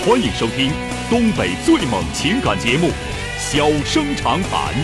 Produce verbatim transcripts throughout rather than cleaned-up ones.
欢迎收听东北最猛情感节目《小生长谈》。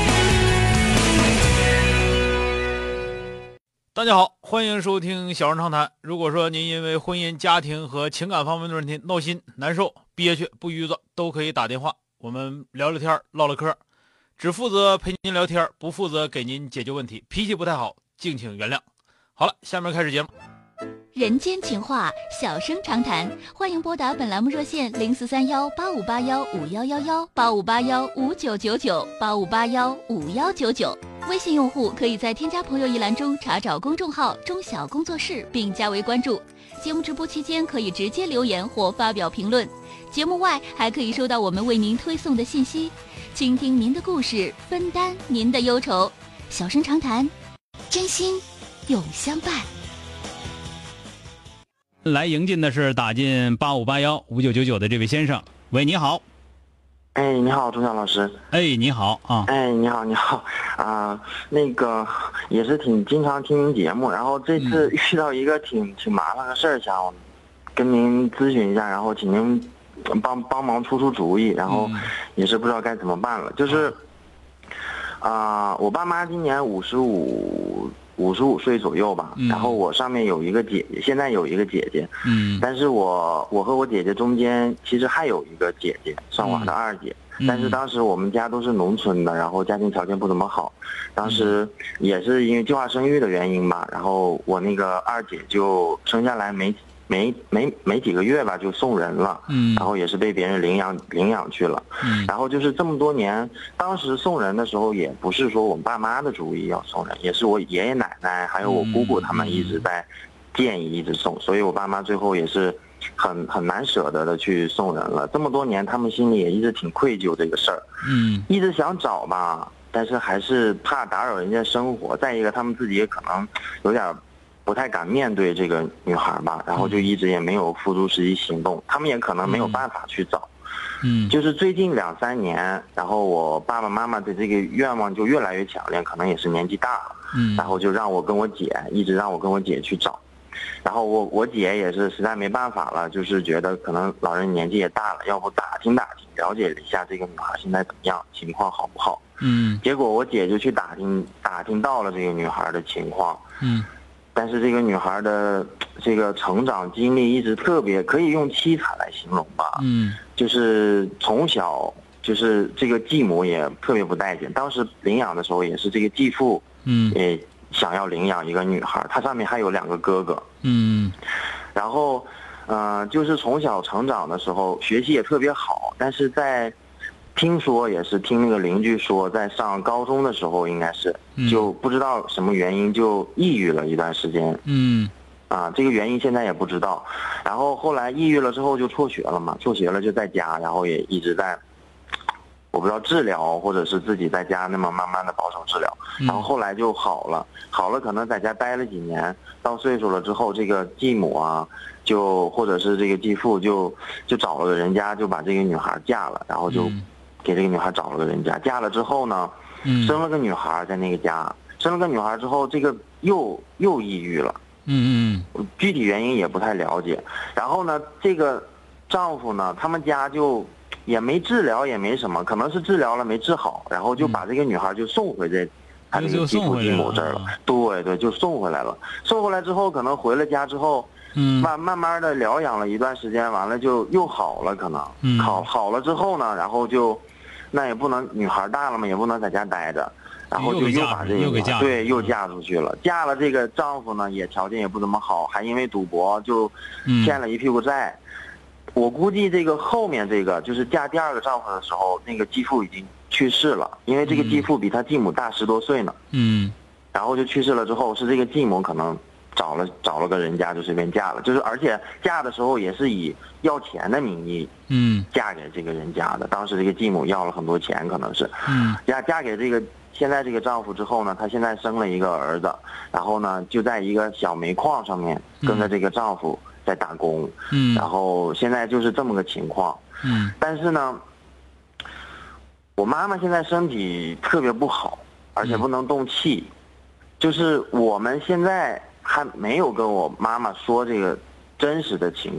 大家好，欢迎收听《小生长谈》。如果说您因为婚姻、家庭和情感方面的问题闹心、难受、憋屈、不愉快，都可以打电话，我们聊聊天、唠唠嗑，只负责陪您聊天，不负责给您解决问题。脾气不太好，敬请原谅。好了，下面开始节目。 人间情话，小生长谈，欢迎拨打本栏目热线零四三幺八五八幺五幺幺幺八五八幺五九九九八五八幺五幺九九。微信用户可以在添加朋友一栏中查找公众号中小工作室并加为关注。节目直播期间可以直接留言或发表评论，节目外还可以收到我们为您推送的信息，倾听您的故事，分担您的忧愁。小生长谈，真心永相伴。 来迎进的是打进八五八幺五九九九的这位先生。喂，你好。 哎，你好，钟晓老师。 哎，你好啊。 哎，你好，你好啊、呃，那个也是挺经常听您节目，然后这次遇到一个挺、嗯、挺麻烦的事儿，想跟您咨询一下，然后请您帮帮忙出出主意，然后也是不知道该怎么办了。就是啊、呃，我爸妈今年五十五。五十五岁左右吧， 嗯、 然后我上面有一个姐姐，现在有一个姐姐， 嗯， 但是我我和我姐姐中间其实还有一个姐姐，算我的二姐， 嗯、 但是当时我们家都是农村的，然后家庭条件不怎么好，当时也是因为计划生育的原因吧，然后我那个二姐就生下来没没没没几个月吧就送人了， 嗯， 然后也是被别人领养领养去了， 嗯， 然后就是这么多年，当时送人的时候也不是说我们爸妈的主意要送人，也是我爷爷奶奶还有我姑姑他们一直在建议一直送，所以我爸妈最后也是很很难舍得的去送人了。这么多年，他们心里也一直挺愧疚这个事儿， 嗯， 一直想找吧，但是还是怕打扰人家生活，再一个他们自己也可能有点不太敢面对这个女孩吧，然后就一直也没有付诸实际行动，他们也可能没有办法去找。 嗯， 就是最近两三年，然后我爸爸妈妈的这个愿望就越来越强烈，可能也是年纪大了， 嗯， 然后就让我跟我姐，一直让我跟我姐去找，然后我我姐也是实在没办法了，就是觉得可能老人年纪也大了，要不打听打听，了解一下这个女孩现在怎么样，情况好不好？ 嗯， 结果我姐就去打听打听到了这个女孩的情况， 嗯。 但是这个女孩的这个成长经历一直特别，可以用凄惨来形容吧。 嗯， 就是从小就是这个继母也特别不待见，当时领养的时候也是这个继父， 嗯， 也想要领养一个女孩，她上面还有两个哥哥。 嗯， 然后，呃，就是从小成长的时候学习也特别好，但是在听说也是听那个邻居说，在上高中的时候应该是就不知道什么原因就抑郁了一段时间。 嗯， 啊，这个原因现在也不知道。然后后来抑郁了之后就辍学了嘛，辍学了就在家，然后也一直在，我不知道治疗或者是自己在家那么慢慢的保守治疗。然后后来就好了，好了可能在家待了几年，到岁数了之后，这个继母啊，就或者是这个继父就就找了个人家，就把这个女孩嫁了，然后就给这个女孩找了个人家，嫁了之后呢，生了个女孩在那个家，生了个女孩之后，这个又又抑郁了， 嗯嗯， 具体原因也不太了解。然后呢，这个丈夫呢，他们家就也没治疗，也没什么，可能是治疗了没治好，然后就把这个女孩就送回这他那个继父继母这儿了。对对，就送回来了。送回来之后，可能回了家之后。 嗯， 慢慢慢的疗养了一段时间，完了就又好了，可能， 嗯， 好好了之后呢，然后就，那也不能女孩大了嘛，也不能在家待着，然后就又把这个又给嫁对又嫁出去了，嫁了这个丈夫呢也条件也不怎么好，还因为赌博就欠了一屁股债。嗯、我估计这个后面这个就是嫁第二个丈夫的时候，那个继父已经去世了，因为这个继父比他继母大十多岁呢。 嗯， 然后就去世了之后，是这个继母可能。找了找了个人家就随便嫁了，就是而且嫁的时候也是以要钱的名义， 嗯， 嫁给这个人家的。当时这个继母要了很多钱，可能是， 嗯， 嫁嫁给这个现在这个丈夫之后呢，她现在生了一个儿子，然后呢就在一个小煤矿上面跟着这个丈夫在打工， 嗯， 然后现在就是这么个情况， 嗯， 但是呢，我妈妈现在身体特别不好，而且不能动气，嗯、就是我们现在。还没有跟我妈妈说这个真实的情况，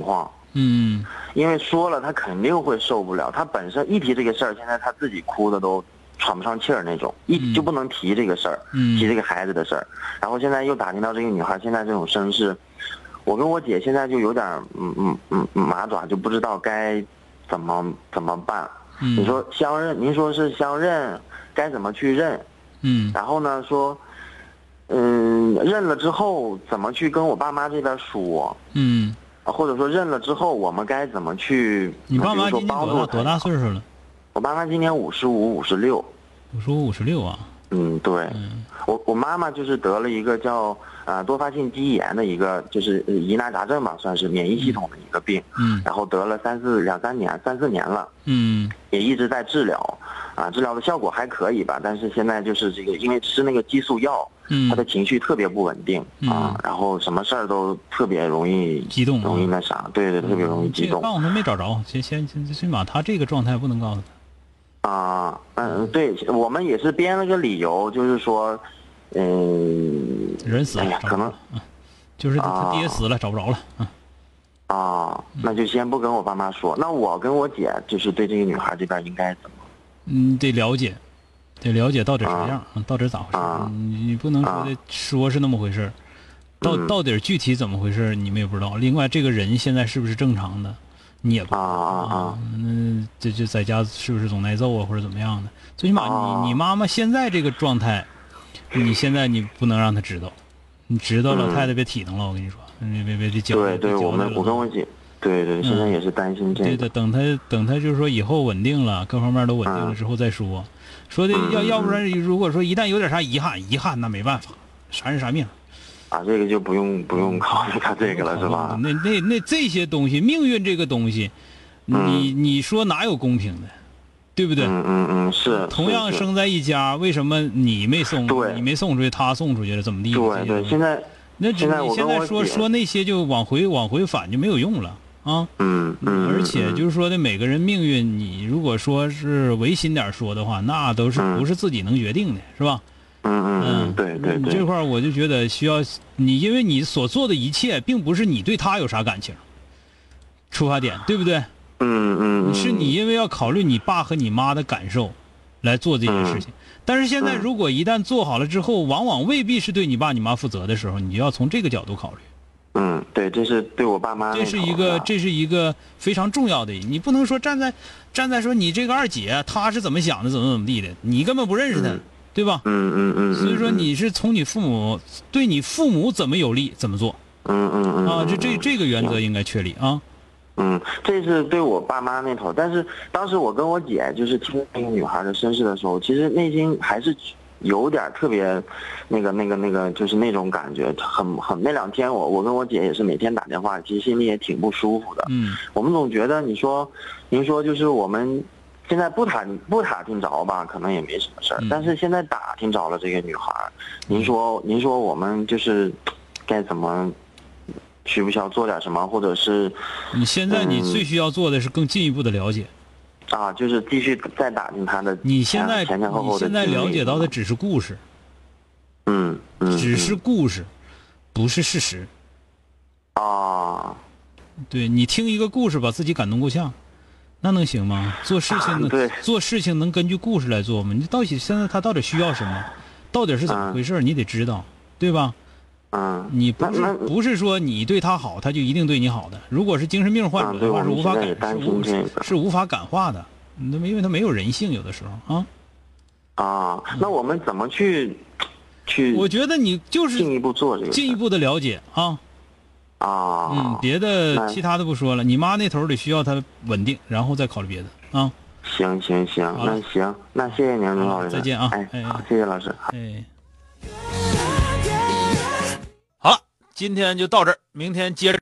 嗯， 因为说了他肯定会受不了，他本身一提这个事儿，现在他自己哭的都喘不上气儿那种，一就不能提这个事儿， 嗯， 提这个孩子的事儿。然后现在又打听到这个女孩现在这种身世，我跟我姐现在就有点嗯嗯嗯麻爪，就不知道该怎么怎么办。 嗯， 你说相认，您说是相认，该怎么去认？ 嗯， 然后呢说。嗯，认了之后怎么去跟我爸妈这边说？ 嗯， 啊，或者说认了之后我们该怎么去？ 你爸妈今年帮助多大多大岁数了？ 我爸妈今年五十五、五十六。 五十五、五十六啊。 嗯，对。 嗯， 我我妈妈就是得了一个叫呃多发性肌炎的一个，就是疑难杂症吧，算是免疫系统的一个病。 嗯。 然后得了三四两三年、三四年了。 嗯。 也一直在治疗，啊，治疗的效果还可以吧，但是现在就是这个，因为吃那个激素药。 嗯， 他的情绪特别不稳定、嗯、啊，然后什么事儿都特别容易激动， 容易那啥，对对，特别容易激动。 这个告诉他没找着，先先先最起码他这个状态不能告诉他。啊，嗯，对，我们也是编了个理由，就是说，嗯， 人死了， 哎、可能、 嗯，就是他爹死了，啊、找不着了。嗯。 啊，那就先不跟我爸妈说。那我跟我姐就是对这个女孩这边应该怎么？ 嗯，得了解。得了解到底什么样，啊、到底咋回事？ 啊、 你你不能说的、啊、说是那么回事，到、嗯、到底具体怎么回事你们也不知道。另外，这个人现在是不是正常的，你也不知道。 啊啊嗯，这就在家是不是总挨揍啊，或者怎么样的？最起码你、啊、你妈妈现在这个状态，你现在你不能让她知道，你知道老太太别体疼了，我跟你说，别别别别教。 对对，我们我跟我姐。对对，现在也是担心这个。 对的，等他等他就是说以后稳定了，各方面都稳定了之后再说。说的要要不然，如果说一旦有点啥遗憾，遗憾那没办法，啥人啥命。 啊，这个就不用不用考虑他这个了，是吧？ 那那那这些东西，命运这个东西，你你说哪有公平的，对不对？ 嗯嗯嗯，是。 同样生在一家，为什么你没送，你没送出去，他送出去了，怎么地？ 对对，现在那现在你现在说说那些就往回往回返就没有用了。啊， 嗯嗯， 而且就是说的每个人命运，你如果说是违心点说的话，那都是不是自己能决定的，是吧？ 嗯嗯嗯，对对对。 你这块我就觉得需要你，因为你所做的一切，并不是你对他有啥感情，出发点对不对？ 嗯嗯， 是你因为要考虑你爸和你妈的感受，来做这件事情。但是现在如果一旦做好了之后，往往未必是对你爸你妈负责的时候，你就要从这个角度考虑。 嗯，对，这是对我爸妈。 这是一个，这是一个非常重要的。你不能说站在，站在说你这个二姐她是怎么想的，怎么怎么地的，你根本不认识她， 嗯、 对吧？ 嗯嗯嗯。 所以说你是从你父母对你父母怎么有利怎么做。 嗯嗯嗯。 啊，这这这个原则应该确立啊。 嗯，这是对我爸妈那头，但是当时我跟我姐就是听那个女孩的身世的时候，其实内心还是。有点特别，那个、那个、那个，就是那种感觉，很很。那两天我我跟我姐也是每天打电话，其实心里也挺不舒服的。 嗯， 我们总觉得，你说，您说就是我们现在不打不打听着吧，可能也没什么事儿、嗯。但是现在打听着了这个女孩，您说您说我们就是该怎么，需不需要做点什么，或者是？ 你现在你最需要做的是更进一步的了解。 啊，就是继续再打听他的前你现在前前后后的。 你现在了解到的只是故事， 嗯嗯， 只是故事，不是事实。 啊， 对，你听一个故事把自己感动够呛，那能行吗？做事情、啊、 对， 做事情能根据故事来做吗？你到底现在他到底需要什么，到底是怎么回事、嗯、你得知道，对吧？ 嗯， 你不是不是说你对他好，他就一定对你好的。如果是精神病患者的话，是无法感是无是无法感化的，那因为他没有人性，有的时候啊。 啊，那我们怎么去去？ 我觉得你就是进一步做这个， 进一步的了解啊。 啊， 嗯，别的其他的不说了，你妈那头得需要他稳定，然后再考虑别的啊。 行行行，那行，那谢谢您，刘老师， 再见啊！ 哎，哎好，谢谢老师。 哎。好了，今天就到这儿，明天接着。